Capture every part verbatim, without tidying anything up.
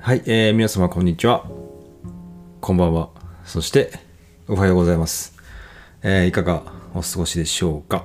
はい、えー、皆様こんにちは。こんばんは。そして、おはようございます。えー、いかがお過ごしでしょうか。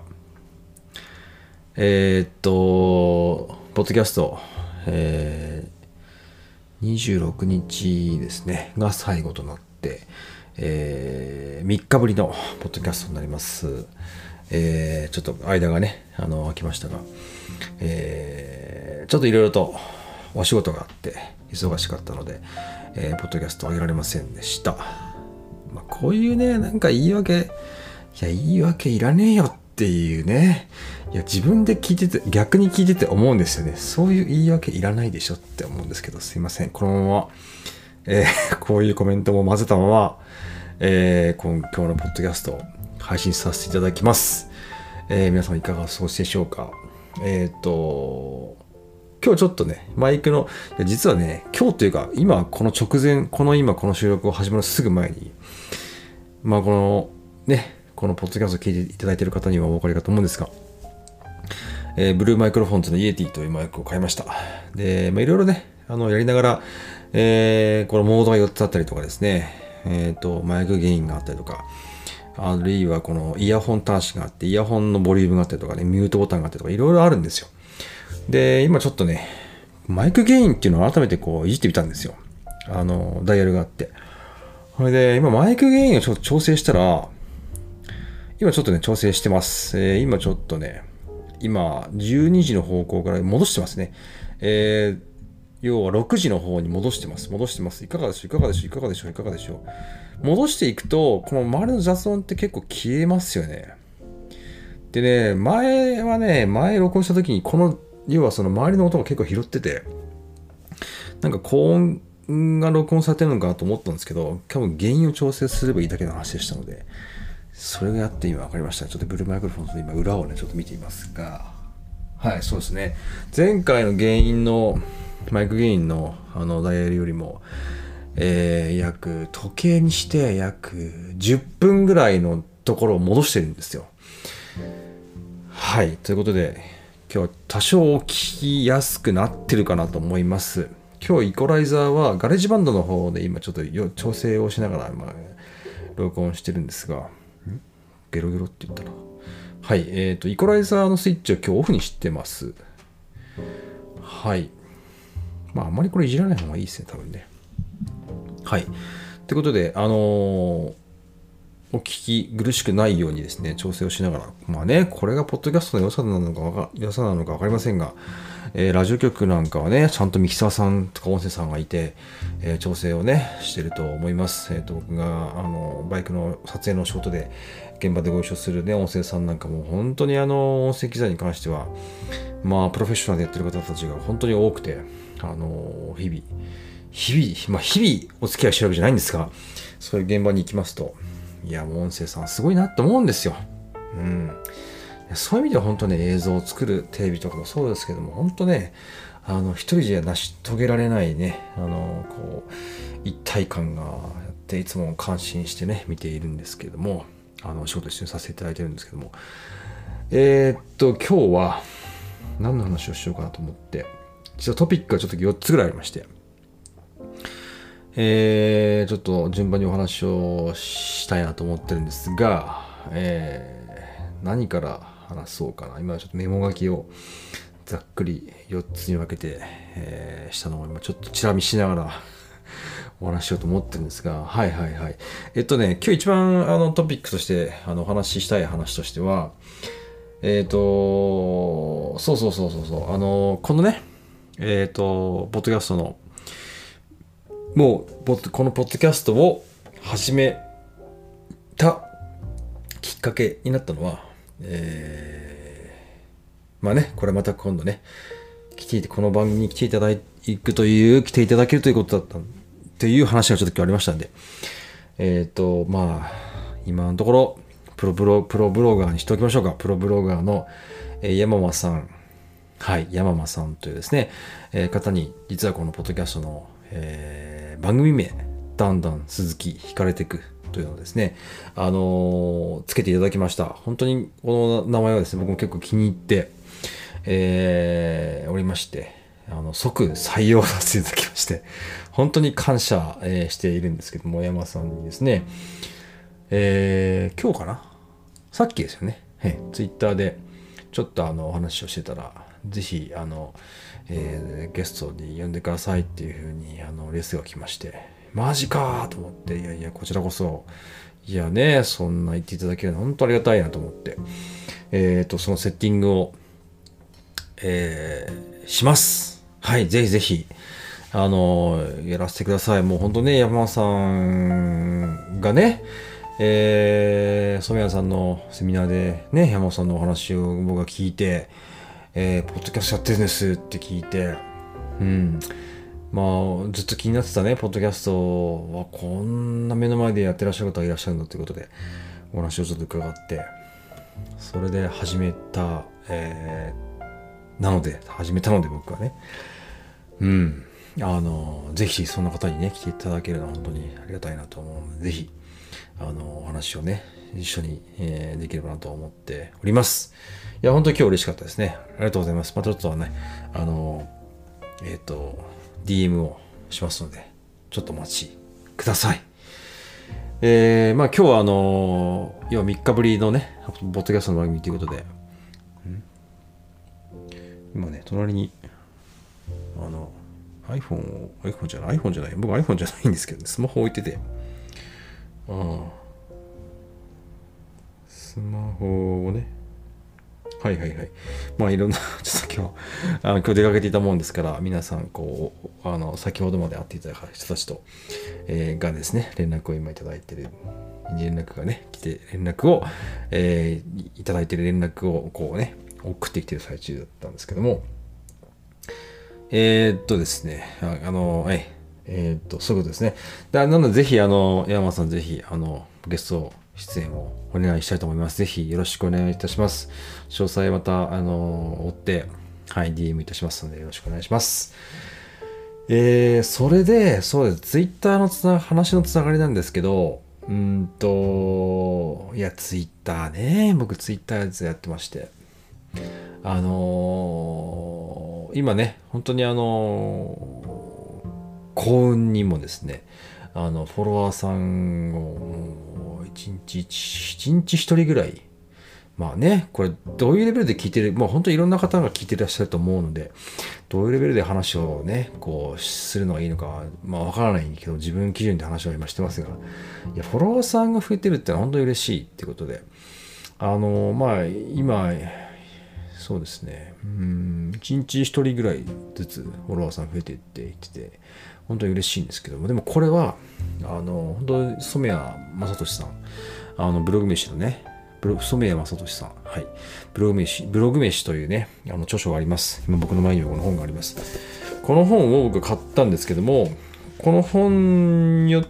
えー、っと、ポッドキャスト、えー、にじゅうろくにちですね、が最後となって、えー、みっかぶりのポッドキャストになります。えー、ちょっと間がね、あの、空きましたが、えー、ちょっといろいろとお仕事があって、忙しかったので、えー、ポッドキャストを上げられませんでした。まあ、こういうね、なんか言い訳、いや、言い訳いらねえよっていうね、いや、自分で聞いてて、逆に聞いてて思うんですよね。そういう言い訳いらないでしょって思うんですけど、すいません。このまま、えー、こういうコメントも混ぜたまま、えー、今今日のポッドキャストを配信させていただきます。えー、皆さんいかがお過ごしでしょうか。えっ、ー、と、今日ちょっとね、マイクの、いや実はね、今日というか、今この直前、この今この収録を始まるすぐ前に、まあこのね、このポッドキャストを聞いていただいている方にはお分かりかと思うんですが、えー、ブルーマイクロフォンズのイエティというマイクを買いました。で、まあいろいろね、あの、やりながら、えー、このモードがよっつあったりとかですね、えっ、ー、と、マイクゲインがあったりとか、あるいはこのイヤホン端子があって、イヤホンのボリュームがあったりとかね、ミュートボタンがあったりとか、いろいろあるんですよ。で、今ちょっとね、マイクゲインっていうのを改めてこういじってみたんですよ。あの、ダイヤルがあって。それで、今マイクゲインをちょっと調整したら、今ちょっとね、調整してます。えー、今ちょっとね、今、じゅうにじの方向から戻してますね。えー、要はろくじの方に戻してます。戻してます。いかがでしょういかがでしょういかがでしょういかがでしょう戻していくと、この周りの雑音って結構消えますよね。でね、前はね、前録音した時に、この、要はその周りの音が結構拾ってて、なんか高音が録音されてるのかなと思ったんですけど、多分原因を調整すればいいだけの話でしたので、それをやって今分かりました。ちょっとブルーマイクロフォンの今裏をね、ちょっと見ていますが、はい、そうですね。前回の原因の、マイク原因のあのダイヤルよりも、えー、約、時計にして約じゅっぷんぐらいのところを戻してるんですよ。はい、ということで、今日は多少聞きやすくなってるかなと思います。今日イコライザーはガレージバンドの方で今ちょっと調整をしながら、まあ、録音してるんですが、ゲロゲロって言ったな。はい、えっと、イコライザーのスイッチを今日オフにしてます。はい。まあ、あんまりこれいじらない方がいいですね、多分ね。はい。ということで、あのー、お聞き苦しくないようにですね、調整をしながら、まあね、これがポッドキャストの良さなのかわか、良さなのかわかりませんが、えー、ラジオ局なんかはね、ちゃんとミキサーさんとか音声さんがいて、えー、調整をね、してると思います。えっ、ー、と、僕が、あの、バイクの撮影の仕事で、現場でご一緒するね、音声さんなんかも、本当にあの、音声機材に関しては、まあ、プロフェッショナルでやってる方たちが本当に多くて、あの、日々、日々、まあ、日々お付き合いしてるわけじゃないんですが、そういう現場に行きますと、いや、もう音声さんすごいなって思うんですよ。うん。そういう意味では本当ね、映像を作るテレビとかもそうですけども、本当ね、あの、一人じゃ成し遂げられないね、あの、こう、一体感があって、いつも感心してね、見ているんですけれども、あの、仕事一緒にさせていただいてるんですけども、えー、っと、今日は、何の話をしようかなと思って、実はトピックがちょっとよっつぐらいありまして、えー、ちょっと順番にお話をしたいなと思ってるんですが、えー、何から話そうかな。今ちょっとメモ書きをざっくりよっつに分けて、えー、したのを今ちょっとチラ見しながらお話ししようと思ってるんですが、はいはいはい。えっとね、今日一番あのトピックとしてあのお話ししたい話としては、えっ、ー、と、そうそうそうそうそう、あの、このね、えっ、ー、と、ポッドキャストのもうこのポッドキャストを始めたきっかけになったのは、えー、まあね、これまた今度ね、来ていて、この番組に来ていただくという、来ていただけるということだったという話がちょっと今日ありましたんで、えっ、ー、と、まあ、今のところ、プロブロ、プロブロガーにしておきましょうか。プロブロガーの、えー、山間さん、はい、山間さんというですね、えー、方に、実はこのポッドキャストの、えー、番組名、だんだん鈴木惹かれてくというのをですね、あのー、つけていただきました。本当にこの名前はですね、僕も結構気に入って、えー、おりまして、 あの即採用させていただきまして、本当に感謝、えーしているんですけども、山さんにですね、えー今日かなさっきですよね、ツイッターでちょっとあのお話をしてたら、ぜひあの、えーゲストに呼んでくださいっていうふうにあのレスが来まして、マジかーと思って、いやいや、こちらこそ、いやね、そんな言っていただけるの本当ありがたいなと思って、えっと、そのセッティングを、えーします。はい、ぜひぜひ、あの、やらせてください。もう本当ね、山間さんがね、えー、染谷さんのセミナーでね、山間さんのお話を僕が聞いて、えー、ポッドキャストやってるんですって聞いて、うん。まあ、ずっと気になってたね、ポッドキャストはこんな目の前でやってらっしゃる方がいらっしゃるんだということで、お話をちょっと伺って、それで始めた、えーなので、始めたので僕はね。うん。あの、ぜひそんな方にね、来ていただけるのは本当にありがたいなと思うので、ぜひ、あの、お話をね、一緒に、えーできればなと思っております。いや、本当に今日嬉しかったですね。ありがとうございます。またちょっとはね、あの、えっと、ディーエム をしますので、ちょっとお待ちください。えー、まあ今日はあの、要はみっかぶりのね、ポッドキャストの番組ということで、今ね、隣に、あの、iPhone を、iPhone じゃない、iPhone じゃない、僕 iPhone じゃないんですけど、ね、スマホ置いてて、ああ、スマホをね、はいはいはい。まあいろんな、ちょっと今日、あの今日出かけていたもんですから、皆さん、こう、あの、先ほどまで会っていただいた人たちと、えー、がですね、連絡を今いただいている、連絡がね、来て、連絡を、えー、いただいている連絡を、こうね、送ってきている最中だったんですけども、えー、っとですね、あ、あの、はい、えー、っと、そういうことですね。だなので、ぜひ、あの、山間さん、ぜひ、あの、ゲスト出演をお願いしたいと思います。ぜひ、よろしくお願いいたします。詳細また、あの、追って、はい、ディーエム いたしますので、よろしくお願いします。えー、それで、そうです。ツイッターのつな、話のつながりなんですけど、うーんと、いや、ツイッターね。僕、ツイッターやってまして。あのー今ね、本当にあのー幸運にもですね、あの、フォロワーさんを、もう、一日、一日一人ぐらい、まあね、これ、どういうレベルで聞いてる、もう本当にいろんな方が聞いてらっしゃると思うので、どういうレベルで話をね、こう、するのがいいのか、まあわからないけど、自分基準で話を今してますが、いや、フォロワーさんが増えてるってのは本当に嬉しいってことで、あのーまあ、今、そうですね。うん、いちにちひとりぐらいずつフォロワーさん増えていって言ってて、本当に嬉しいんですけども、でもこれは、あの、本当に染谷正俊さん、あの、ブログ飯のね、ブロ染谷正俊さん、はい。ブログ飯、ブログ飯というね、あの、著書があります。今僕の前にもこの本があります。この本を僕買ったんですけども、この本によって、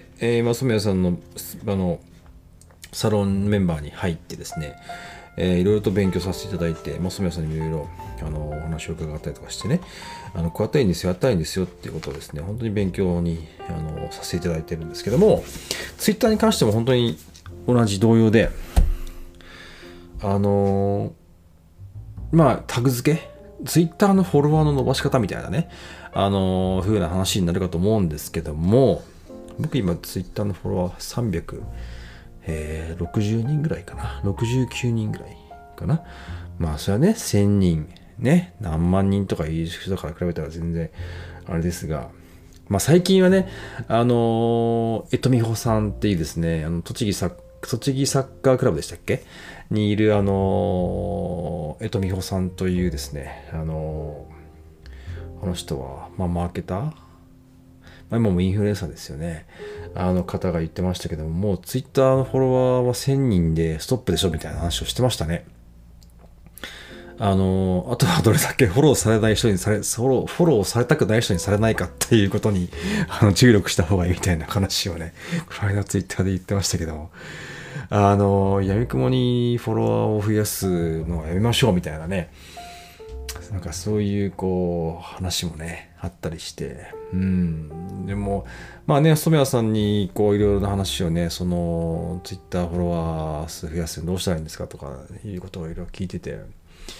えー、まあ、染谷さんの、あの、サロンメンバーに入ってですね、えー、いろいろと勉強させていただいて、まあ、染谷さんにもいろいろあのお話を伺ったりとかしてね、あのこうやったらいいんですよ、やったらいいんですよっていうことをですね、本当に勉強にあのさせていただいてるんですけども、ツイッターに関しても本当に同じ同様で、あのー、まあ、タグ付け、ツイッターのフォロワーの伸ばし方みたいなね、あのー、風な話になるかと思うんですけども、僕今ツイッターのフォロワーさんびゃく、えー、ろくじゅうにんぐらいかな。ろくじゅうきゅうにんぐらいかな。まあ、それはね、せんにん、ね、何万人とかいう人から比べたら全然、あれですが、まあ最近はね、あのー、えとみほさんっていうですね、あの、栃木サッ、栃木サッカークラブでしたっけにいる、あのー、えとみほさんというですね、あのー、この人は、まあマーケターまあ、今もインフルエンサーですよね。あの方が言ってましたけども、もうツイッターのフォロワーはせんにんでストップでしょみたいな話をしてましたね。あの、あとはどれだけフォローされない人にされ、フォロー、フォローされたくない人にされないかっていうことに、あの、注力した方がいいみたいな話をね、この間ツイッターで言ってましたけども、あの、闇雲にフォロワーを増やすのはやめましょうみたいなね、なんかそういうこう話もねあったりして、うんでもまあね染谷さんにこういろいろな話をねそのツイッターフォロワー数増やすにどうしたらいいんですかとかいうことをいろいろ聞いてて、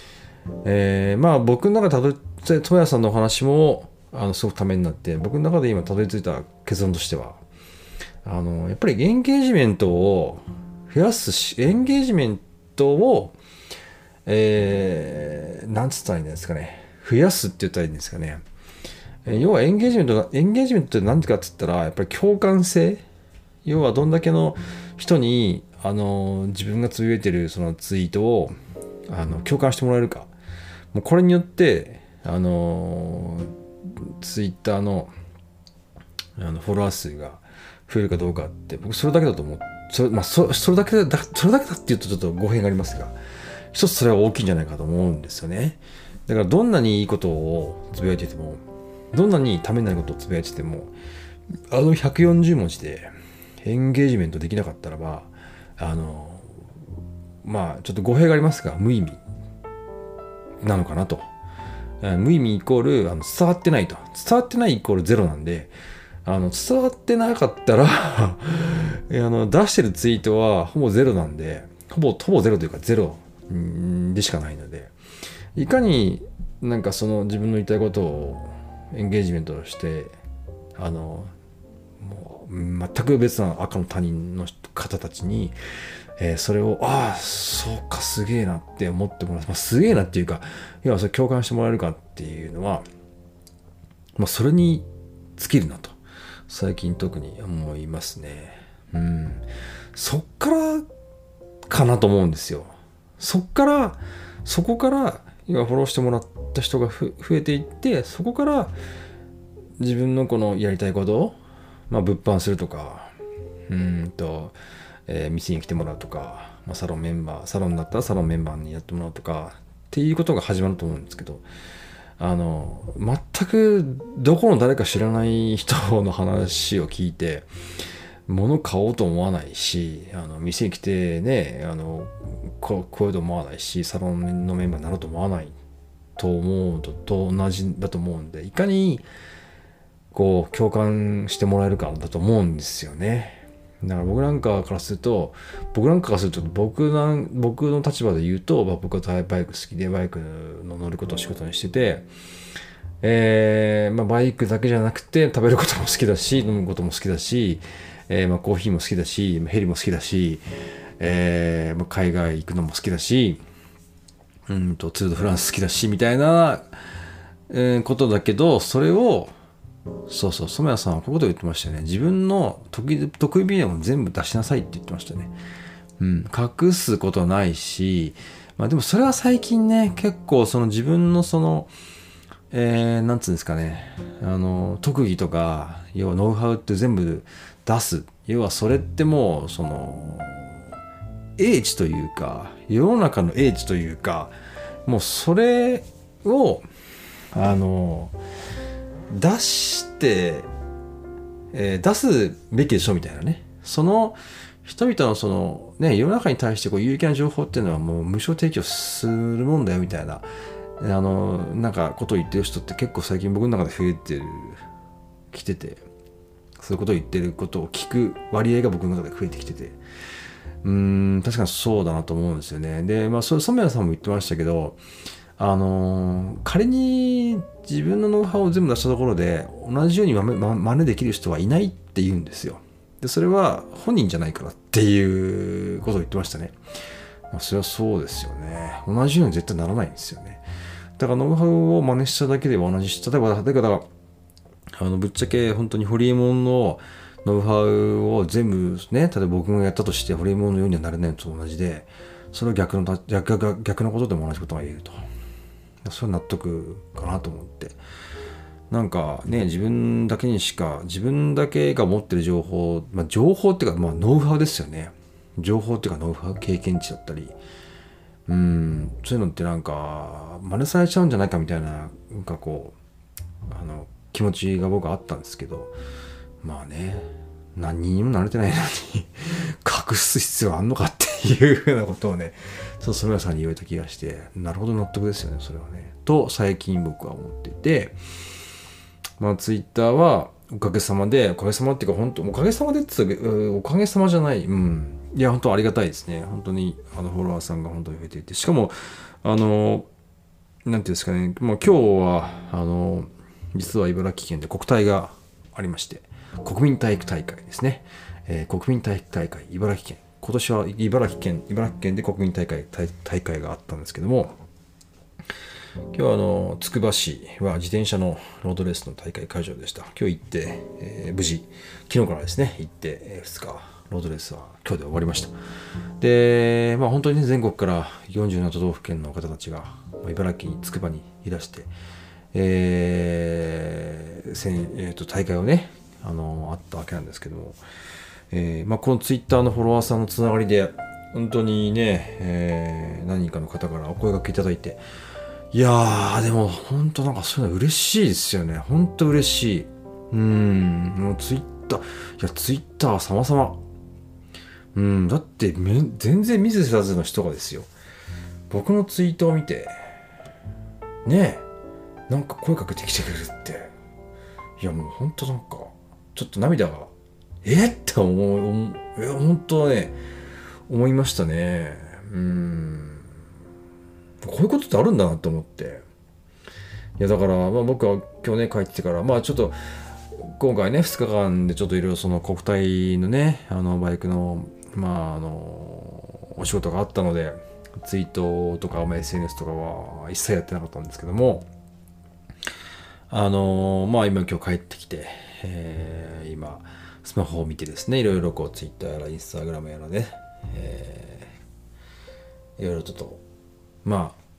えー、まあ僕の中でたどり着いたトヤさんのお話もあのすごくためになって、僕の中で今たどり着いた結論としては、あのやっぱりエンゲージメントを増やすし、エンゲージメントを、えー、なんつったらいいんですかね、増やすって言ったらいいんですかね。要はエンゲージメント、エンゲージメントって何かって言ったら、やっぱり共感性。要はどんだけの人に、あの、自分がつぶやいてるそのツイートを、あの、共感してもらえるか。もうこれによって、あの、ツイッターの、あのフォロワー数が増えるかどうかって、僕それだけだと思う。それ、まあ、そそれだけだ、それだけだって言うとちょっと語弊がありますが、一つそれは大きいんじゃないかと思うんですよね。だからどんなにいいことをつぶやいてても、どんなにためになることをつぶやいてても、あのひゃくよんじゅう文字でエンゲージメントできなかったらば、あの、まあちょっと語弊がありますが、無意味なのかなと。無意味イコールあの伝わってないと。伝わってないイコールゼロなんで、あの伝わってなかったらあの出してるツイートはほぼゼロなんで、ほぼほぼゼロというかゼロでしかないので、いかになんかその自分の言いたいことをエンゲージメントして、あのもう全く別な赤の他人の方たちに、えー、それをああそうかすげえなって思ってもらう、まあ、すげえなっていうか、要はそれ共感してもらえるかっていうのは、まあ、それに尽きるなと最近特に思いますね。うん、そっからかなと思うんですよ。そっからそこから今フォローしてもらった人が増えていって、そこから自分のこのやりたいことを、まあ、物販するとか、うんと、えー、店に来てもらうとか、まあ、サロンメンバー、サロンだったらサロンメンバーにやってもらうとかっていうことが始まると思うんですけど、あの全くどこの誰か知らない人の話を聞いて物買おうと思わないし、あの店に来てね、あのこういうと思わないし、サロンのメンバーになろうと思わないと思うとと同じだと思うんで、いかにこう共感してもらえるかだと思うんですよね。だから僕なんかからすると、僕なんかからすると僕なん僕の立場で言うと、まあ、僕はバイク好きでバイクの乗ることを仕事にしてて、えーまあ、バイクだけじゃなくて食べることも好きだし、飲むことも好きだし、えーまあ、コーヒーも好きだし、ヘリも好きだし、えーまあ、海外行くのも好きだし、うんとツール・ド・フランス好きだしみたいな、えー、ことだけど、それをそうそう、染谷さんはこういうことを言ってましたよね。自分の得意得意分野も全部出しなさいって言ってましたね。うん、隠すことないし、まあでもそれは最近ね、結構その自分のその、えー、なんつうんですかね、あの、特技とか、要はノウハウって全部出す。要はそれってもう、その、英知というか、世の中の英知というか、もうそれを、あの、出して、えー、出すべきでしょみたいなね。その人々のそのね、世の中に対してこう有益な情報っていうのはもう無償提供するもんだよみたいな、あのなんかことを言ってる人って結構最近僕の中で増えてるきてて、そういうことを言ってることを聞く割合が僕の中で増えてきてて、うーん確かにそうだなと思うんですよね。で、まあそれ染谷さんも言ってましたけど、あのー、仮に自分のノウハウを全部出したところで同じようにま、ま、真似できる人はいないって言うんですよ。でそれは本人じゃないからっていうことを言ってましたね。まあ、それはそうですよね。同じように絶対ならないんですよね。だからノウハウを真似しただけでは同じし、例えば例えばあのぶっちゃけ本当にホリエモンのノウハウを全部ね、例えば僕がやったとしてホリエモンのようにはなれないのと同じで、それは逆の逆逆のことでも同じことが言えると。それは納得かなと思って、なんかね、自分だけにしか、自分だけが持ってる情報、まあ情報っていうか、まあノウハウですよね。情報っていうかノウハウ、経験値だったり、うん、そういうのってなんか真似されちゃうんじゃないかみたいな、なんかこうあの気持ちが僕はあったんですけど、まあね、何にも慣れてないのに隠す必要あんのかっていうふうなことをね、そう染谷さんに言われた気がして、なるほど納得ですよね、それはね。と最近僕は思っていて、まあツイッターはおかげさまで、おかげさまっていうか本当おかげさまでって言ったけど、おかげさまじゃない、うん、いや本当ありがたいですね。本当にあのフォロワーさんが本当に増えていて、しかもあのなんていうんですかね、もう今日は、あの、実は茨城県で国体がありまして、国民体育大会ですね。えー、国民体育大会、茨城県。今年は茨城県、茨城県で国民大会、大大会があったんですけども、今日はあの、つくば市は自転車のロードレースの大会会場でした。今日行って、えー無事、昨日からですね、行って、えーふつか、ロードレースは今日で終わりました。で、まあ本当にね、全国からよんじゅうなな都道府県の方たちが、まあ茨城に、つくばにいらして、えーせんえーと大会をね、あの、あったわけなんですけども、えーまあ、このツイッターのフォロワーさんのつながりで、本当にね、えー何人かの方からお声掛けいただいて、いやー、でも本当なんかそういうの嬉しいですよね。本当嬉しい。うーん、もうツイッター、いや、ツイッター様々。うん、だってめ全然見ず知らずの人がですよ。僕のツイートを見て、ねえ、なんか声かけてきてくれるって。いや、もう本当なんか、ちょっと涙が、えって思う、思ういや、本当はね、思いましたね。うーん。こういうことってあるんだなと思って。いや、だから、まあ僕は今日ね、帰ってから、まあちょっと、今回ね、ふつかかんでちょっといろいろその国体のね、あの、バイクの、まああの、お仕事があったので、ツイートとか、まあ、エスエヌエス とかは一切やってなかったんですけども、あの、まあ今今日帰ってきて、えー今、スマホを見てですね、いろいろこう、ツイッターやら、インスタグラムやらね、えーいろいろちょっと、まあ、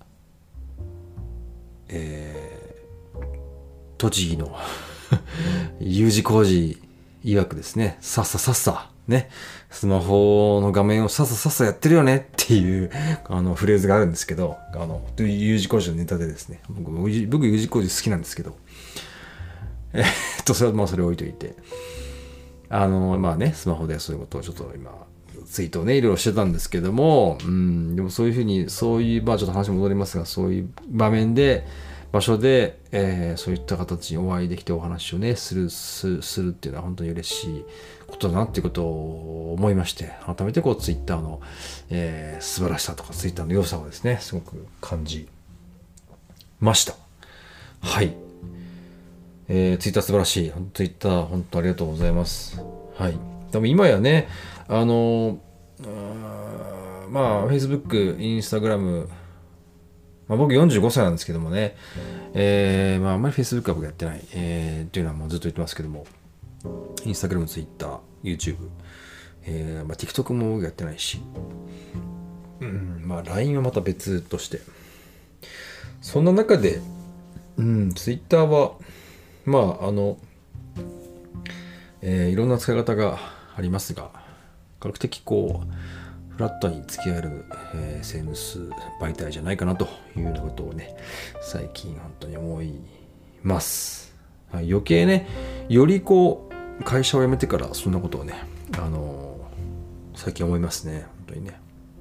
えー栃木のU 字工事曰くですね、さっささっさ、ね、スマホの画面をさっささっさやってるよねっていうあのフレーズがあるんですけど、あの U 字工事のネタでですね、僕、僕 U 字工事好きなんですけど、えーっと、それはまあそれ置いといて、あの、まあね、スマホでそういうことをちょっと今、ツイートをね、いろいろしてたんですけども、うん、でもそういうふうに、そういう、まあちょっと話戻りますが、そういう場面で、場所で、えーそういった形にお会いできてお話をね、する、すするっていうのは本当に嬉しいことだなっていうことを思いまして、改めてこうツイッターの、えー素晴らしさとかツイッターの良さをですね、すごく感じました。はい。えー、ツイッター素晴らしい。ツイッター本当ありがとうございます。はい。でも今やね、あのあーまあ、Facebook、Instagram、まあ、僕よんじゅうごさいなんですけどもね、えー、まあ、あんまり Facebook は僕やってない、えー、っていうのはもうずっと言ってますけども、Instagram、Twitter、YouTube、えー、まあ、TikTok も僕やってないし、うん、まあ、ライン はまた別として、そんな中で、うん、Twitter は、まあ、あの、えーいろんな使い方がありますが、比較的こう、フラットに付き合える、えーエスエヌエス 媒体じゃないかなというようなことをね、最近本当に思います。はい、余計ね、よりこう、会社を辞めてからそんなことをね、あのー最近思いますね、本当にね。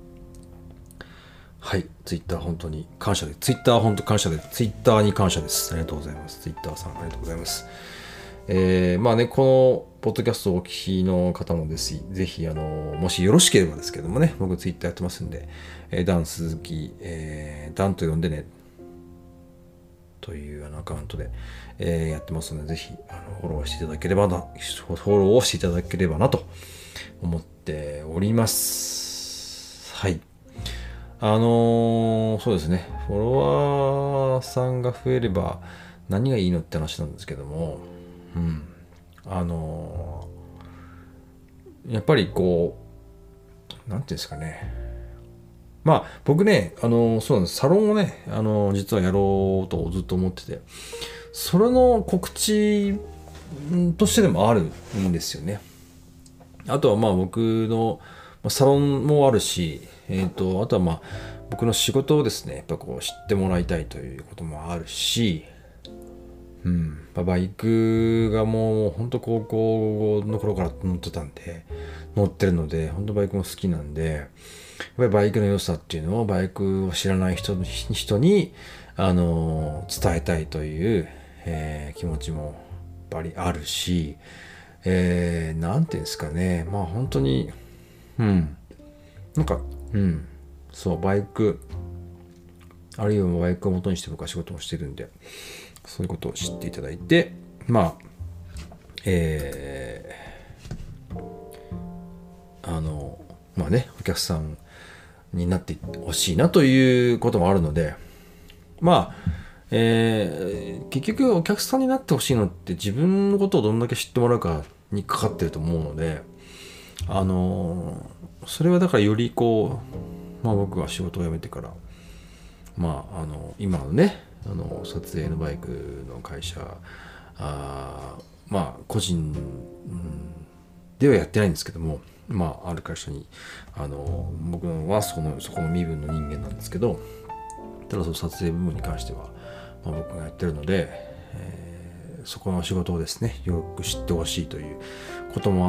はい、ツイッター本当に感謝です。ツイッター本当感謝です。ツイッターに感謝です。ありがとうございます。ツイッターさんありがとうございます。えー、まあね、このポッドキャストをお聞きの方もです、ぜひ、あの、もしよろしければですけどもね、僕ツイッターやってますんで、えー、ダン鈴木、えー、ダンと呼んでね、というあのアカウントで、えーやってますので、ぜひ、あの、フォローしていただければな、フォローをしていただければなと思っております。はい。あのーそうですね、フォロワーさんが増えれば何がいいのって話なんですけども、うん。あのーやっぱりこう、なんていうんですかね。まあ、僕ね、あのーそうなんです。サロンをね、あのー実はやろうとずっと思ってて、それの告知んとしてでもあるんですよね。あとはまあ僕のまあサロンもあるし、えっと、あとはまあ僕の仕事をですね、やっぱこう知ってもらいたいということもあるし、うん、バイクがもう本当高校の頃から乗ってたんで、乗ってるので、本当バイクも好きなんで、やっぱりバイクの良さっていうのをバイクを知らない人の人に、あの伝えたいという、えー気持ちもやっぱりあるし、えー、なんていうんですかね、まあ本当に、うん、なんか、うん、そう、バイク、 あるいはバイクを元にして僕は仕事をしてるんで、そういうことを知っていただいて、まあ、えー、あの、まあね、お客さんになってほしいなということもあるので、まあ、えー、結局お客さんになってほしいのって自分のことをどんだけ知ってもらうかにかかってると思うので、あのそれはだからよりこう、まあ僕は仕事を辞めてから、まああの今のね、あの撮影のバイクの会社、あまあ個人、うん、ではやってないんですけども、まあある会社に、あの僕はそのそこの身分の人間なんですけど、ただその撮影部分に関しては、まあ、僕がやってるので、えー、そこの仕事をですねよく知ってほしいということもあって、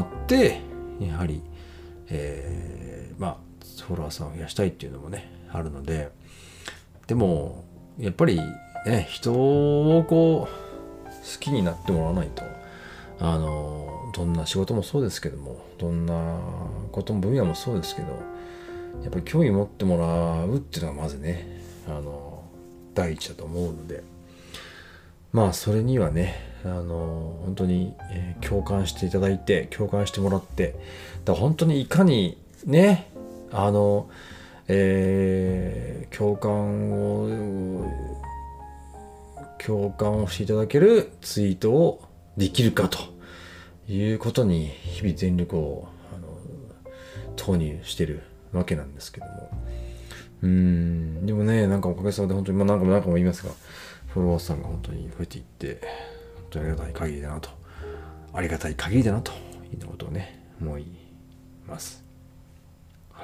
やはり、えー、まあフォロワーさんを増やしたいっていうのもねあるので、でもやっぱりね、人をこう好きになってもらわないと、あのどんな仕事もそうですけども、どんなことも分野もそうですけど、やっぱり興味持ってもらうっていうのがまずね、あの第一だと思うので、まあそれにはね、あの本当に、えー、共感していただいて、共感してもらって、だから本当にいかにね、あの、えー、共感を共感をしていただけるツイートをできるかということに日々全力をあの投入してるわけなんですけども、うーんでもね、なんかおかげさまで本当に、まあ何回も何回も言いますが、フォロワーさんが本当に増えていって、本当にありがたい限りだなと、ありがたい限りだなということをね、思います。はい。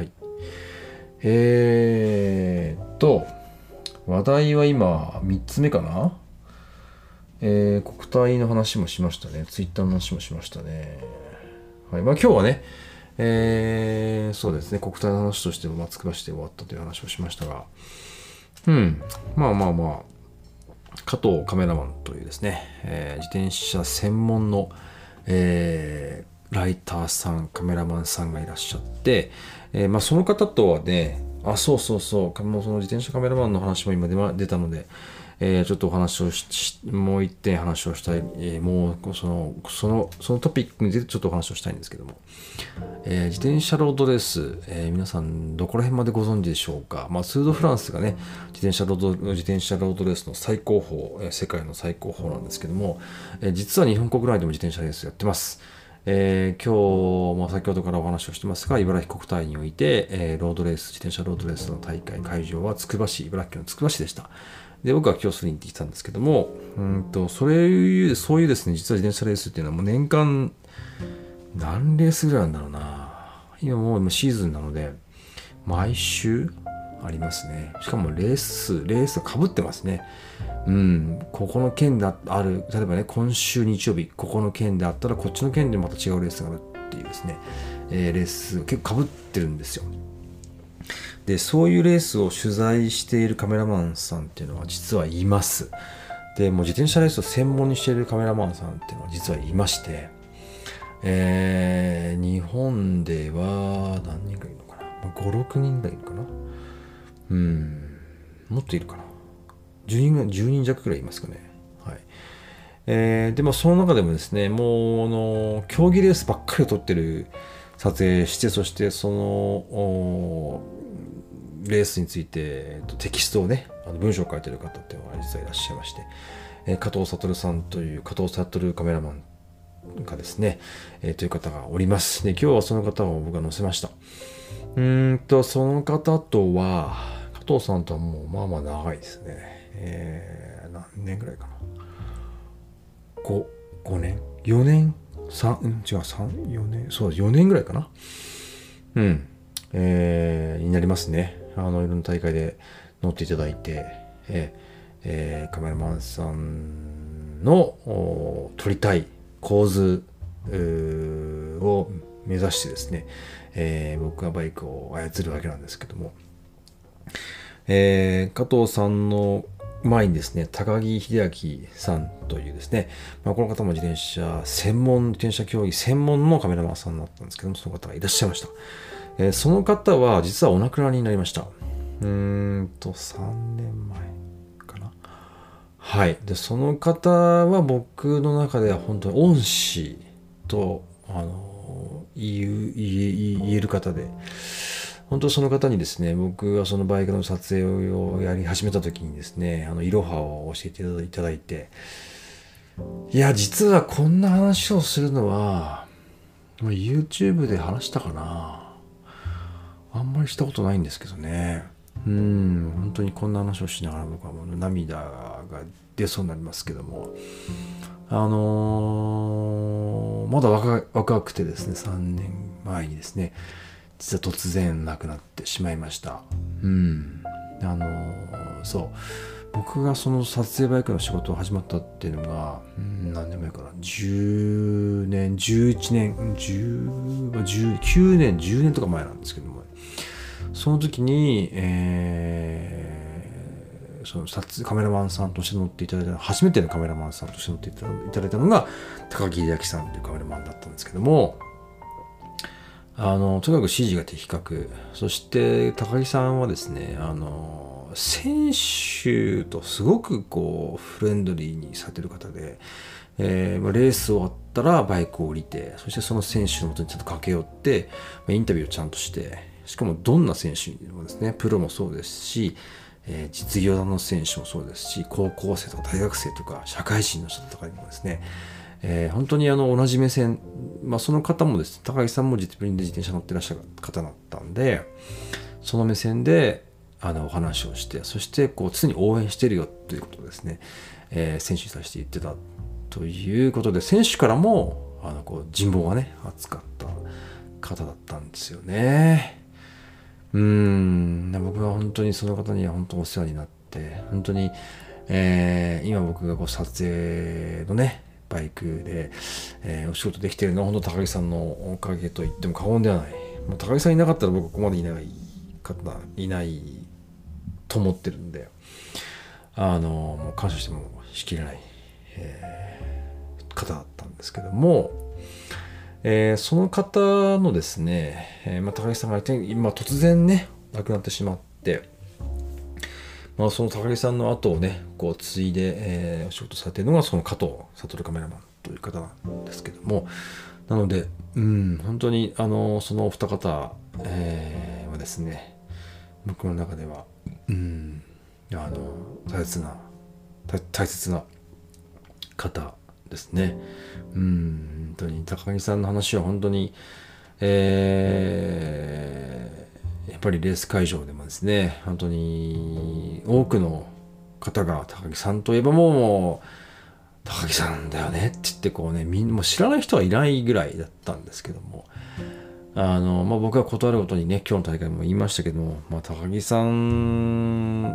えーっと、話題は今みっつめかな。えー、国体の話もしましたね。ツイッターの話もしましたね。はい。まあ今日はね、えー、そうですね、国体の話としても、まあ、つくば市で終わったという話をしましたが、うん、まあまあまあ、加藤カメラマンというですね、えー、自転車専門の、えー、ライターさん、カメラマンさんがいらっしゃって、えー、まあその方とはね、あ、そうそうそう、もうその自転車カメラマンの話も今出、ま、出たので、えー、ちょっとお話をし、もう一点話をしたい、えー、もうその、その、そのトピックについてちょっとお話をしたいんですけども、えー、自転車ロードレース、えー、皆さんどこら辺までご存知でしょうか。まあ、ツール・ド・フランスがね、自転車ロード、自転車ロードレースの最高峰、えー、世界の最高峰なんですけども、えー、実は日本国内でも自転車レースやってます。えー、今日も先ほどからお話をしてますが、茨城国体において、えー、ロードレース、自転車ロードレースの大会会場はつくば市、茨城県のつくば市でした。で、僕は今日すでに行ってきたんですけども、うんと、それ、そういうですね、実は自転車レースっていうのはもう年間何レースぐらいなんだろうな。今もうシーズンなので、毎週ありますね。しかもレース、レースかぶってますね。うん、ここの県である、例えばね、今週日曜日、ここの県であったら、こっちの県でまた違うレースがあるっていうですね、えー、レース結構かぶってるんですよ。で、そういうレースを取材しているカメラマンさんっていうのは実はいます。で、もう自転車レースを専門にしているカメラマンさんっていうのは実はいまして、えー、日本では何人かいるのかな、ご、ろくにんぐらいいるかな。うん、もっといるかな。じゅうにん、じゅうにん弱くらいいますかね。はい。えー、でもその中でもですね、もう、あの、競技レースばっかりを撮ってる撮影して、そしてその、レースについて、えっと、テキストをね、あの文章を書いてる方っていうのが実はいらっしゃいまして、えー、加藤悟さんという、加藤悟カメラマンがですね、えー、という方がおります。で、今日はその方を僕が載せました。うーんと、その方とは、加藤さんとはもうまあまあ長いですね。えー、何年ぐらいかな。ご、ごねん ?よ 年 ?さん、うん、違う、さん、よねん、そう、よねんぐらいかな。うん。えー、になりますね。あの、いろんな大会で乗っていただいて、えーえー、カメラマンさんの撮りたい構図を目指してですね、えー、僕がバイクを操るわけなんですけども、えー、加藤さんの前にですね、高木秀明さんというですね、まあ、この方も自転車専門、自転車競技専門のカメラマンさんだったんですけども、その方がいらっしゃいました。えー、その方は実はお亡くなりになりました。 うーんとさんねんまえかな。はい。でその方は僕の中では本当に恩師とあの言う言え言える方で、本当その方にですね、僕はそのバイクの撮影をやり始めた時にですね、あのいろはを教えていただいて、いや実はこんな話をするのはもう YouTube で話したかな、あんまりしたことないんですけどね。うん、本当にこんな話をしながら僕はもう涙が出そうになりますけども、あのーまだ若若くてですね、さんねんまえにですね、実は突然亡くなってしまいました。うん。あのーそう。僕がその撮影バイクの仕事を始まったっていうのが、うん、何年前かな。じゅうねん、じゅういちねん、じゅう、じゅうきゅうねん、じゅうねんとか前なんですけども、その時に、えー、その撮影カメラマンさんとして乗っていただいた、初めてのカメラマンさんとして乗っていただいたのが、高木秀明さんというカメラマンだったんですけども、あの、とにかく指示が的確。そして、高木さんはですね、あの、選手とすごくこう、フレンドリーにされてる方で、えー、レース終わったらバイクを降りて、そしてその選手のもとにちゃんと駆け寄って、インタビューをちゃんとして、しかもどんな選手にもですね、プロもそうですし、えー、実業団の選手もそうですし、高校生とか大学生とか社会人の人とかにもですね、えー、本当にあの同じ目線、まあ、その方もですね、高木さんも実分で自転車乗ってらっしゃる方だったんで、その目線であのお話をして、そしてこう常に応援してるよということをですね、えー、選手に対して言ってたということで、選手からもあのこう人望がね厚かった方だったんですよね。うーん、僕は本当にその方には本当お世話になって、本当に、えー、今僕がこう撮影のねバイクで、えー、お仕事できているのは本当高木さんのおかげと言っても過言ではない。もう高木さんいなかったら僕ここまでいない方いないと思ってるんで、あのもう感謝してもしきれない、えー、方だったんですけども、えー、その方のですね、えーまあ、高木さんが今突然ね亡くなってしまって、まあ、その高木さんの後をねこう継いで、えー、お仕事されているのがその加藤悟カメラマンという方なんですけども、なので、うん、本当にあのそのお二方、えー、はですね、僕の中では、うん、あの大切な大切な方ですね。うん、本当に高木さんの話は本当に、えー、やっぱりレース会場でもですね、本当に多くの方が高木さんといえばもう高木さんだよねって言ってこうね、みんなも知らない人はいないぐらいだったんですけども、あの、まあ、僕は断るごとにね、今日の大会も言いましたけども、まあ、高木さん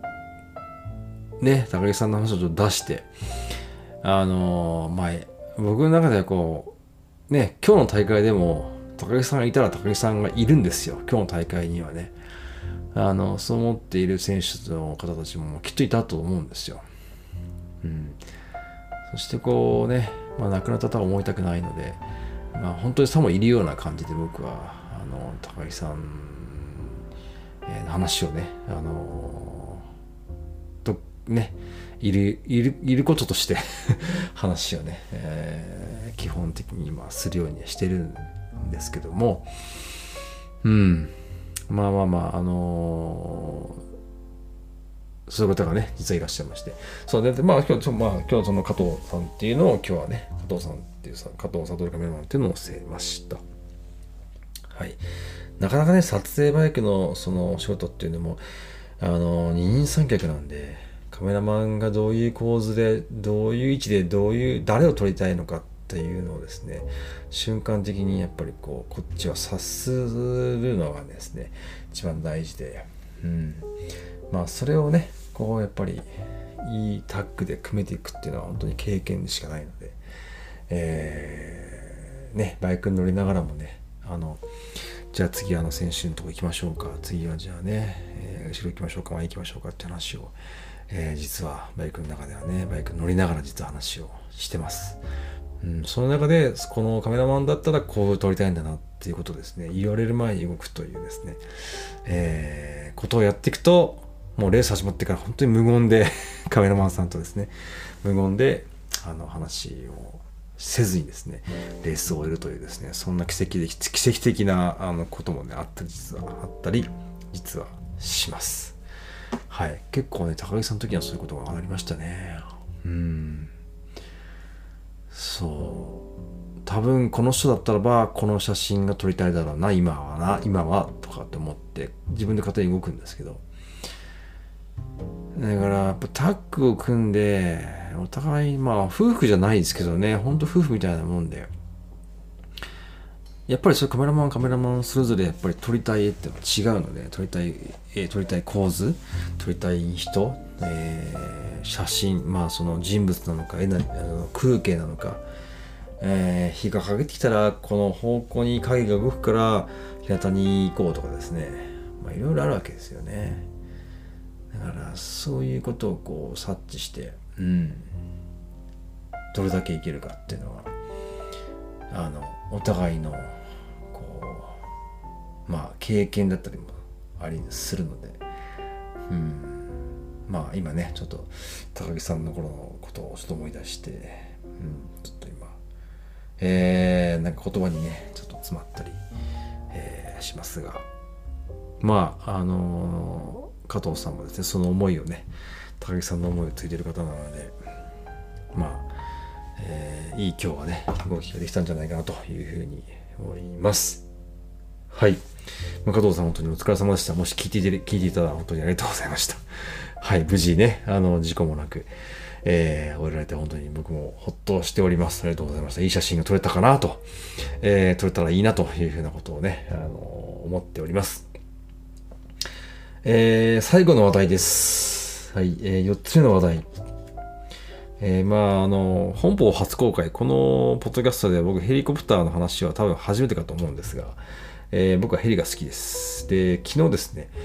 ね、高木さんの話をちょっと出して、あのまあ僕の中ではこうね、今日の大会でも高木さんがいたら高木さんがいるんですよ。今日の大会にはね、あのそう思っている選手の方たちもきっといたと思うんですよ。うん、そしてこうね、まあ、亡くなったとは思いたくないので、まあ、本当にさもいるような感じで僕はあの高木さんの話をね、あのとねいるいるいることとして話をね、えー、基本的に今するようにしてるんですけども、うん、まあまあまああのー、そういう方がね実はいらっしゃいまして、そうでまあ今日まあ今日その加藤さんっていうのを今日はね加藤さんっていうさ加藤悟カメラマンっていうのを載せました。はい。なかなかね撮影バイクのその仕事っていうのもあの二人三脚なんで。カメラマンがどういう構図でどういう位置でどういう誰を撮りたいのかっていうのをですね瞬間的にやっぱりこうこっちは察するのがですね一番大事で、うん、まあそれをねこうやっぱりいいタッグで組めていくっていうのは本当に経験でしかないので、えー、ねバイクに乗りながらもねあのじゃあ次あの選手のとこ行きましょうか、次はじゃあね、えー、後ろ行きましょうか、前行きましょうかって話をえー、実はバイクの中ではねバイク乗りながら実は話をしてます。 うん、その中でこのカメラマンだったらこう撮りたいんだなっていうことですね、言われる前に動くというですね、えー、ことをやっていくと、もうレース始まってから本当に無言でカメラマンさんとですね、無言であの話をせずにですねレースを終えるというですね、そんな奇跡的奇跡的なあのこともねあったり実はあったり実はします。はい、結構ね高木さんの時はそういうことがありましたね。うん、そう多分この人だったらばこの写真が撮りたいだろうな今はな今はとかって思って自分で勝手に動くんですけど、だからやっぱタッグを組んでお互いまあ夫婦じゃないですけどね、ほんと夫婦みたいなもんで、やっぱりそれカメラマンカメラマンそれぞれやっぱり撮りたい絵って違うので、撮りたい絵撮りたい構図撮りたい人、えー、写真まあその人物なのか絵なあの風景なのか、えー、日が陰ってきたらこの方向に影が動くから日向に行こうとかですね、まあいろいろあるわけですよね。だからそういうことをこう察知して、うん、どれだけいけるかっていうのはあのお互いのこうまあ経験だったりもありするので、うん、まあ今ねちょっと高木さんの頃のことをちょっと思い出して、うん、ちょっと今えー、なんか言葉にねちょっと詰まったり、えー、しますが、まああのー加藤さんもですねその思いをね高木さんの思いをついている方なので、まあ、えー、いい今日はね動きができたんじゃないかなというふうに思います。はい、まあ、加藤さん本当にお疲れ様でした。もし聞いていて聞いていたら本当にありがとうございました。はい、無事ねあの事故もなく、えー、終えられて本当に僕もほっとしております。ありがとうございました。いい写真が撮れたかなと、えー、撮れたらいいなというふうなことをねあの思っております。えー、最後の話題です。はい、えー、よっつめの話題。えー、まあ、あの、本邦初公開、このポッドキャストで僕ヘリコプターの話は多分初めてかと思うんですが、えー、僕はヘリが好きですー。で、昨日ですね、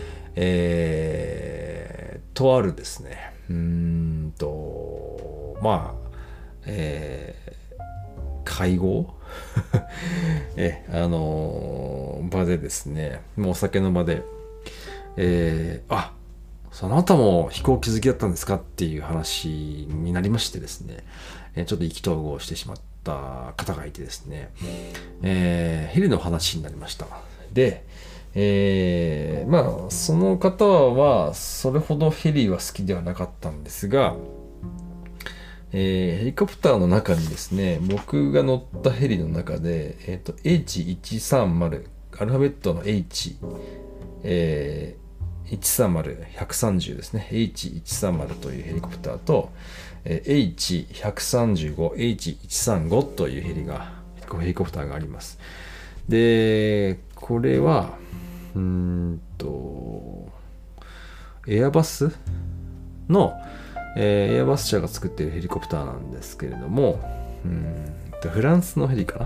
えー、とあるですね、うーんと、まあ、えー、会合え、あのー、場でですね、もうお酒の場で、えー、あ、そのあなたも飛行機好きだったんですかっていう話になりましてですね、えー、ちょっと意気投合してしまった方がいてですね、えー、ヘリの話になりました。で、えー、まあその方はそれほどヘリは好きではなかったんですが、えー、ヘリコプターの中にですね、僕が乗ったヘリの中で、えーと、エイチいちさんまる、アルファベットの H、えーいちさんまる、いちさんまるですね。エイチいちさんまる というヘリコプターと、えー、エイチいちさんご、エイチいちさんご というヘリが、ヘリコプターがあります。で、これは、うーんと、エアバスの、えー、エアバス社が作っているヘリコプターなんですけれども、うーんとフランスのヘリかな。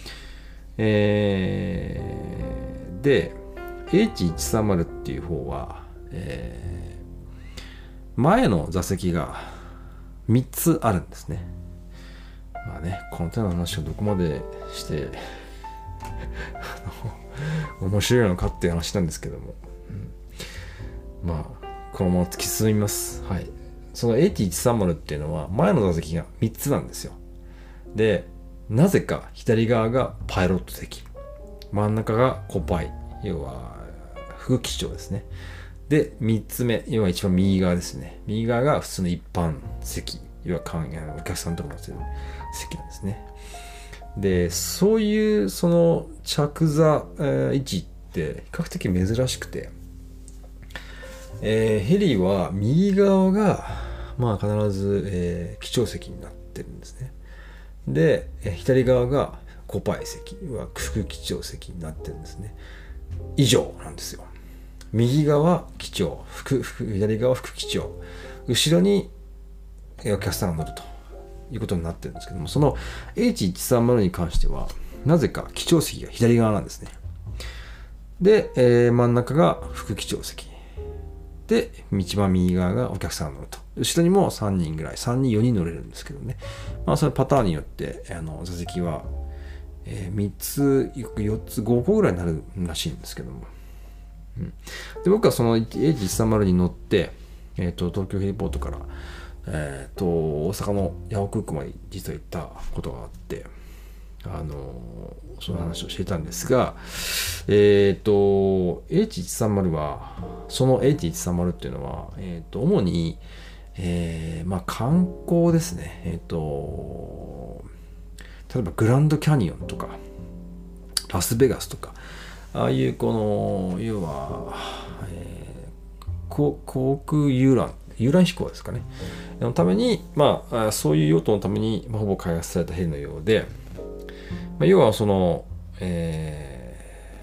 えー、で、エイチいちさんまる っていう方は、えー、前の座席がみっつあるんですね。まあね、この手の話をどこまでして面白いのかっていう話なんですけども、うん、まあこのまま突き進みます。はい。その エイチいちさんまる っていうのは前の座席がみっつなんですよ。で、なぜか左側がパイロット席、真ん中がコパイ、要は副機長ですね。で、みっつめ、要は一番右側ですね。右側が普通の一般席、要はお客さんとか乗せる席なんですね。で、そういうその着座、えー、位置って比較的珍しくて、えー、ヘリは右側がまあ必ず、えー、機長席になってるんですね。で、えー、左側がコパイ席、要は副機長席になってるんですね。以上なんですよ。右側機長、副左側副機長、後ろにお客さんが乗るということになってるんですけども、その エイチいちさんまる に関してはなぜか機長席が左側なんですね。で、えー、真ん中が副機長席で、一番右側がお客さんが乗ると。後ろにもさんにんぐらい、さんにん、よにん乗れるんですけどね。まあ、そのパターンによって、あの、座席は、えー、みっつ、よっつ、ごこぐらいになるらしいんですけども。うん、で僕はその エイチいちさんまる に乗って、えー、と東京ヘリポートから、えー、と大阪の八尾空港まで実は行ったことがあって、あのー、その話をしていたんですが、えっ、ー、と エイチいちさんまる はその エイチいちさんまる っていうのは、えー、と主に、えーまあ、観光ですね。えっ、ー、と例えばグランドキャニオンとかラスベガスとか、ああいうこの要は、えー、航空遊覧遊覧飛行ですかねのために、まあそういう用途のために、まあ、ほぼ開発されたヘリのようで、まあ、要はその、え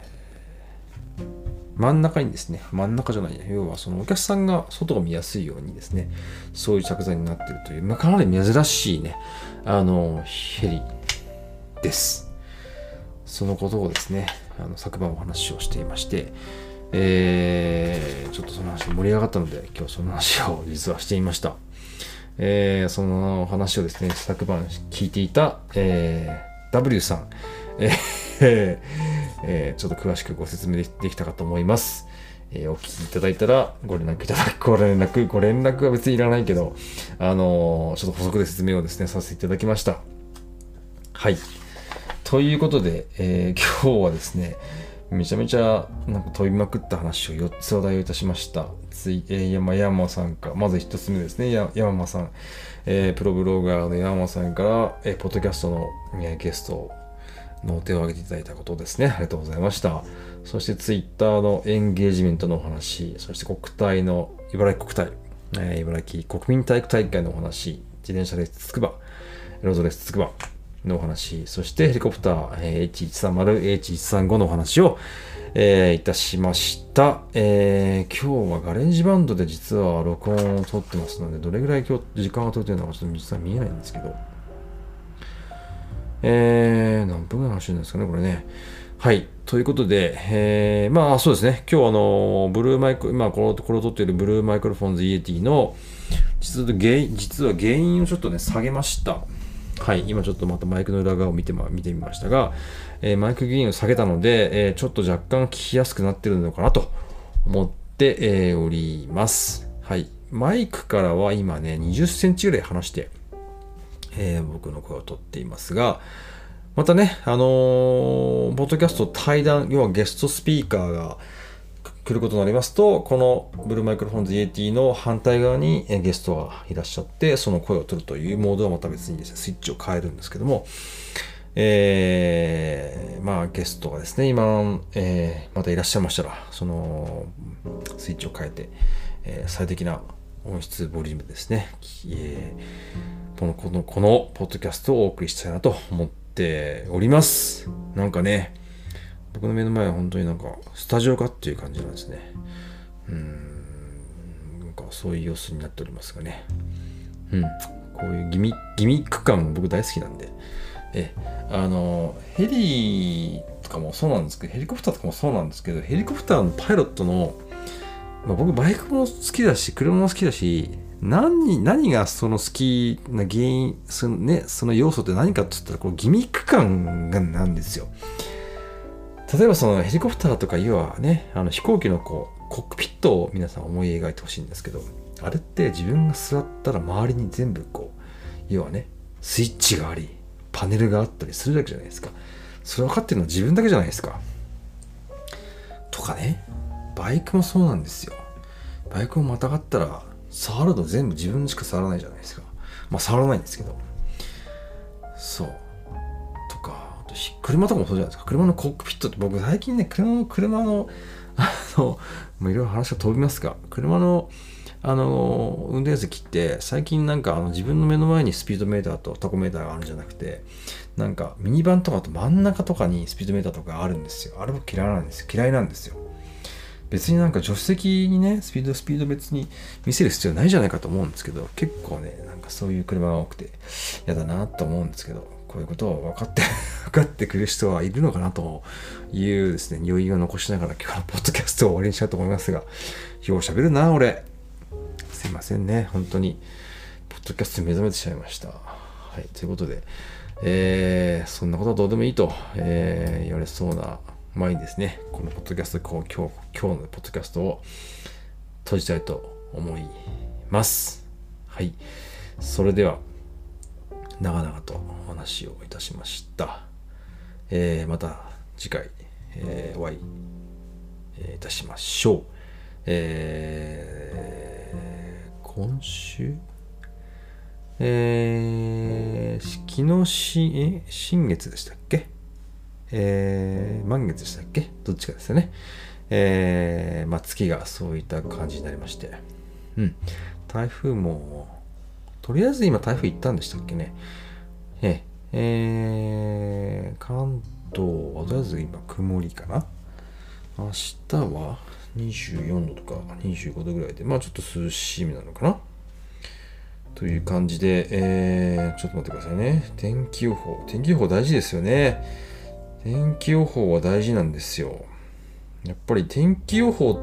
ー、真ん中にですね真ん中じゃない要はそのお客さんが外が見やすいようにですねそういう着座になっているという、まあ、かなり珍しいねあのヘリです。そのことをですね、あの昨晩お話をしていまして、えー、ちょっとその話盛り上がったので、今日その話を実はしていました。えー、その話をですね、昨晩聞いていた、えー、ダブリュー さん、えーえー、ちょっと詳しくご説明できたかと思います。えー、お聞きいただいたらご連絡いただく、ご連絡、ご連絡は別にいらないけど、あのー、ちょっと補足で説明をですね、させていただきました。はい。ということで、えー、今日はですね、めちゃめちゃなんか飛びまくった話をよっつお題をいたしました。つい、えー、山山さんか、まずひとつめですね、や山さん、えー、プロブロガーの山さんから、えー、ポッドキャストの、えー、ゲストの手を挙げていただいたことですね。ありがとうございました。そしてツイッターのエンゲージメントのお話、そして国体の茨城国体、えー、茨城国民体育大会のお話、自転車レースつくば、ロードレースつくば、のお話、そしてヘリコプター エイチいちさんまる、エイチいちさんご のお話を、えー、いたしました、えー。今日はガレージバンドで実は録音を撮ってますので、どれぐらい今日時間が取れてるのかちょっと実は見えないんですけど、えー、何分ぐらい話してるんですかね、これね。はい。ということで、えー、まあそうですね、今日あの、ブルーマイク、今このところ撮っているブルーマイクロフォンズイエティの、実は原因、実は原因をちょっとね、下げました。はい、今ちょっとまたマイクの裏側を見て、ま、見てみましたが、えー、マイクゲインを下げたので、えー、ちょっと若干聞きやすくなってるのかなと思って、えー、おります。はい。マイクからは今ね、にじゅっセンチぐらい離して、えー、僕の声を取っていますが、またね、あのー、ポッドキャスト対談、要はゲストスピーカーが来ることになりますと、このブルーマイクロフォンズイエティの反対側にゲストがいらっしゃって、その声を取るというモードはまた別にですね、スイッチを変えるんですけども、えー、まあゲストがですね、今、えー、またいらっしゃいましたら、そのスイッチを変えて、えー、最適な音質ボリュームですね、えー、この、この、このポッドキャストをお送りしたいなと思っております。なんかね、僕の目の前は本当になんかスタジオかっていう感じなんですね。うーん、なんかそういう様子になっておりますがね。うん、こういうギミギミック感も僕大好きなんで、え、あのヘリとかもそうなんですけど、ヘリコプターとかもそうなんですけど、ヘリコプターのパイロットの、まあ、僕バイクも好きだし、車も好きだし、何何がその好きな原因、そのね、その要素って何かって言ったらこうギミック感がなんですよ。例えばそのヘリコプターとか要はね、あの飛行機のこうコックピットを皆さん思い描いてほしいんですけど、あれって自分が座ったら周りに全部こう要はねスイッチがありパネルがあったりするわけじゃないですか。それ分かってるのは自分だけじゃないですか。とかね、バイクもそうなんですよ。バイクをまたがったら触ると全部自分しか触らないじゃないですか。まあ触らないんですけど、そうとか。車とかもそうじゃないですか。車のコックピットって僕最近ね、車の、車の、あの、もういろいろ話が飛びますが、車の、あの、運転席って最近なんかあの自分の目の前にスピードメーターとタコメーターがあるんじゃなくて、なんかミニバンとかと真ん中とかにスピードメーターとかあるんですよ。あれ僕嫌いなんですよ。嫌いなんですよ。別になんか助手席にね、スピード、スピード別に見せる必要ないじゃないかと思うんですけど、結構ね、なんかそういう車が多くて嫌だなと思うんですけど、ここういうことを分かって分かってくれる人はいるのかなというですね、余韻を残しながら今日のポッドキャストを終わりにしたいと思いますが、よう喋るな俺。すいませんね、本当にポッドキャストに目覚めてしまいました。はい、ということで、えー、そんなことはどうでもいいと、えー、言われそうな前にですね、このポッドキャスト、こう今日今日のポッドキャストを閉じたいと思います。はい、それでは長々とお話をいたしました。えー、また次回、えー、お会い、えー、いたしましょう。えー、今週えー、昨日し、え、新月でしたっけ？えー、満月でしたっけ？どっちかですよね。えー、まあ月がそういった感じになりまして。うん。台風も、とりあえず今台風行ったんでしたっけね。ええー、関東はとりあえず今曇りかな。明日はにじゅうよんどとかにじゅうごどぐらいで、まあちょっと涼しみなのかな。という感じで、えー、ちょっと待ってくださいね。天気予報。天気予報大事ですよね。天気予報は大事なんですよ。やっぱり天気予報って、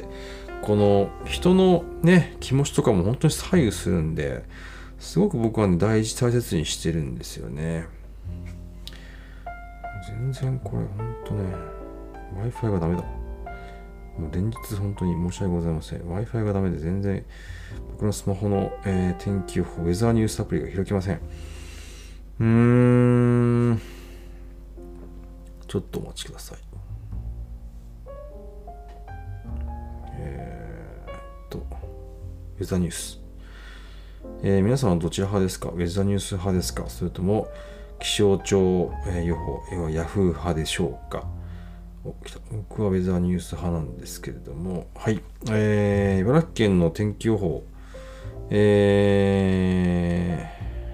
この人のね、気持ちとかも本当に左右するんで、すごく僕はね、大事、大切にしてるんですよね。全然これ、本当ね、Wi-Fi がダメだ。もう連日本当に申し訳ございません。Wi-Fi がダメで全然僕のスマホの、えー、天気予報、ウェザーニュースアプリが開きません。うーん。ちょっとお待ちください。えー、っと、ウェザーニュース。えー、皆さんはどちら派ですか？ウェザーニュース派ですか？それとも気象庁、えー、予報、要はヤフー派でしょうか？僕はウェザーニュース派なんですけれども、はい、えー、茨城県の天気予報、え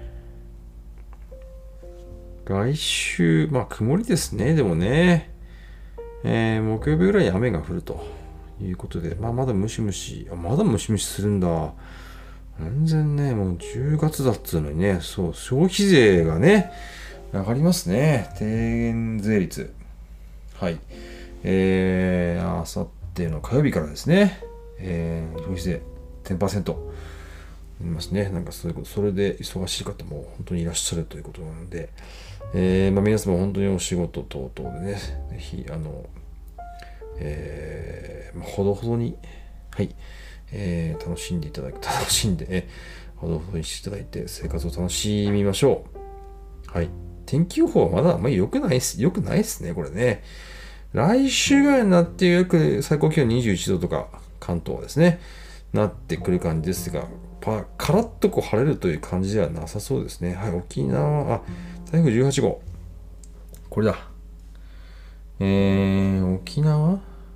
ー、来週、まあ曇りですね、でもね、えー、木曜日ぐらいに雨が降るということで、まあまだムシムシ、あ、まだムシムシするんだ。全然ね、もうじゅうがつだっつうのにね、そう、消費税がね、上がりますね、低減税率。はい。えー、あさっての火曜日からですね、えー、消費税 じゅっパーセント ありますね。なんかそういうこと、それで忙しい方も本当にいらっしゃるということなので、えー、まあ皆様本当にお仕事等々でね、ぜひ、あの、えー、まあ、ほどほどに、はい、えー、楽しんでいただく、楽しんで、えほどほどにしていただいて生活を楽しみましょう。はい。天気予報はまだあんまり良くないです。良くないですね、これね。来週ぐらいになってよく最高気温にじゅういちどとか関東はですね、なってくる感じですが、パカラッとこう晴れるという感じではなさそうですね。はい、沖縄、あ、台風じゅうはちごう。これだ。えー、沖縄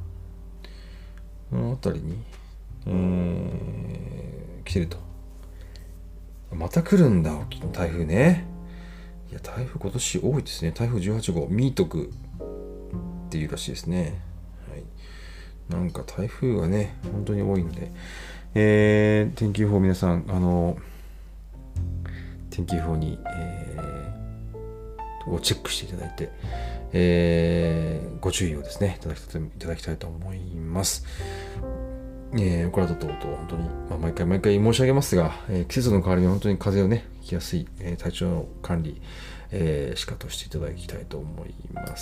のあたりに、えー、来てると。また来るんだ、台風ね。いや、台風今年多いですね。台風じゅうはちごう、ミートクっていうらしいですね。はい。なんか台風がね、本当に多いので、えー、天気予報皆さん、あの、天気予報に、えー、をチェックしていただいて、えー、ご注意をですね、いただきたいいただきたいと思います。えー、これはとうとう本当に、まあ、毎回毎回申し上げますが、えー、季節の変わりに本当に風邪をね、ひきやすい、えー、体調の管理、えー、しかとしていただきたいと思います。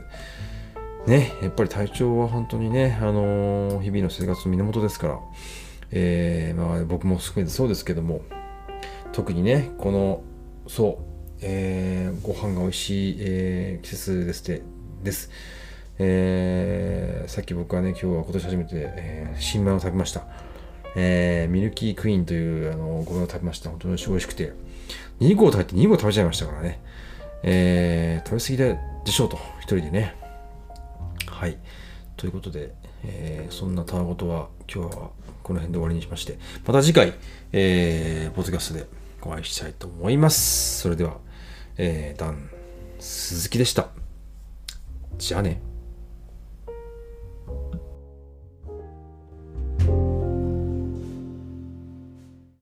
ね、やっぱり体調は本当にね、あのー、日々の生活の源ですから、えー、まあ僕も含めてそうですけども、特にね、この、そう、えー、ご飯が美味しい、えー、季節ですてです。えー、さっき僕はね、今日は今年初めて、えー、新米を食べました。えー、ミルキークイーンというあの米を食べました。本当に美味しくて。にこを食べてにこ食べちゃいましたからね。えー、食べ過ぎででしょうと、一人でね。はい。ということで、えー、そんなたわごとは今日はこの辺で終わりにしまして、また次回、えー、ポッドキャストでお会いしたいと思います。それでは、えー、ダン鈴木でした。じゃあね。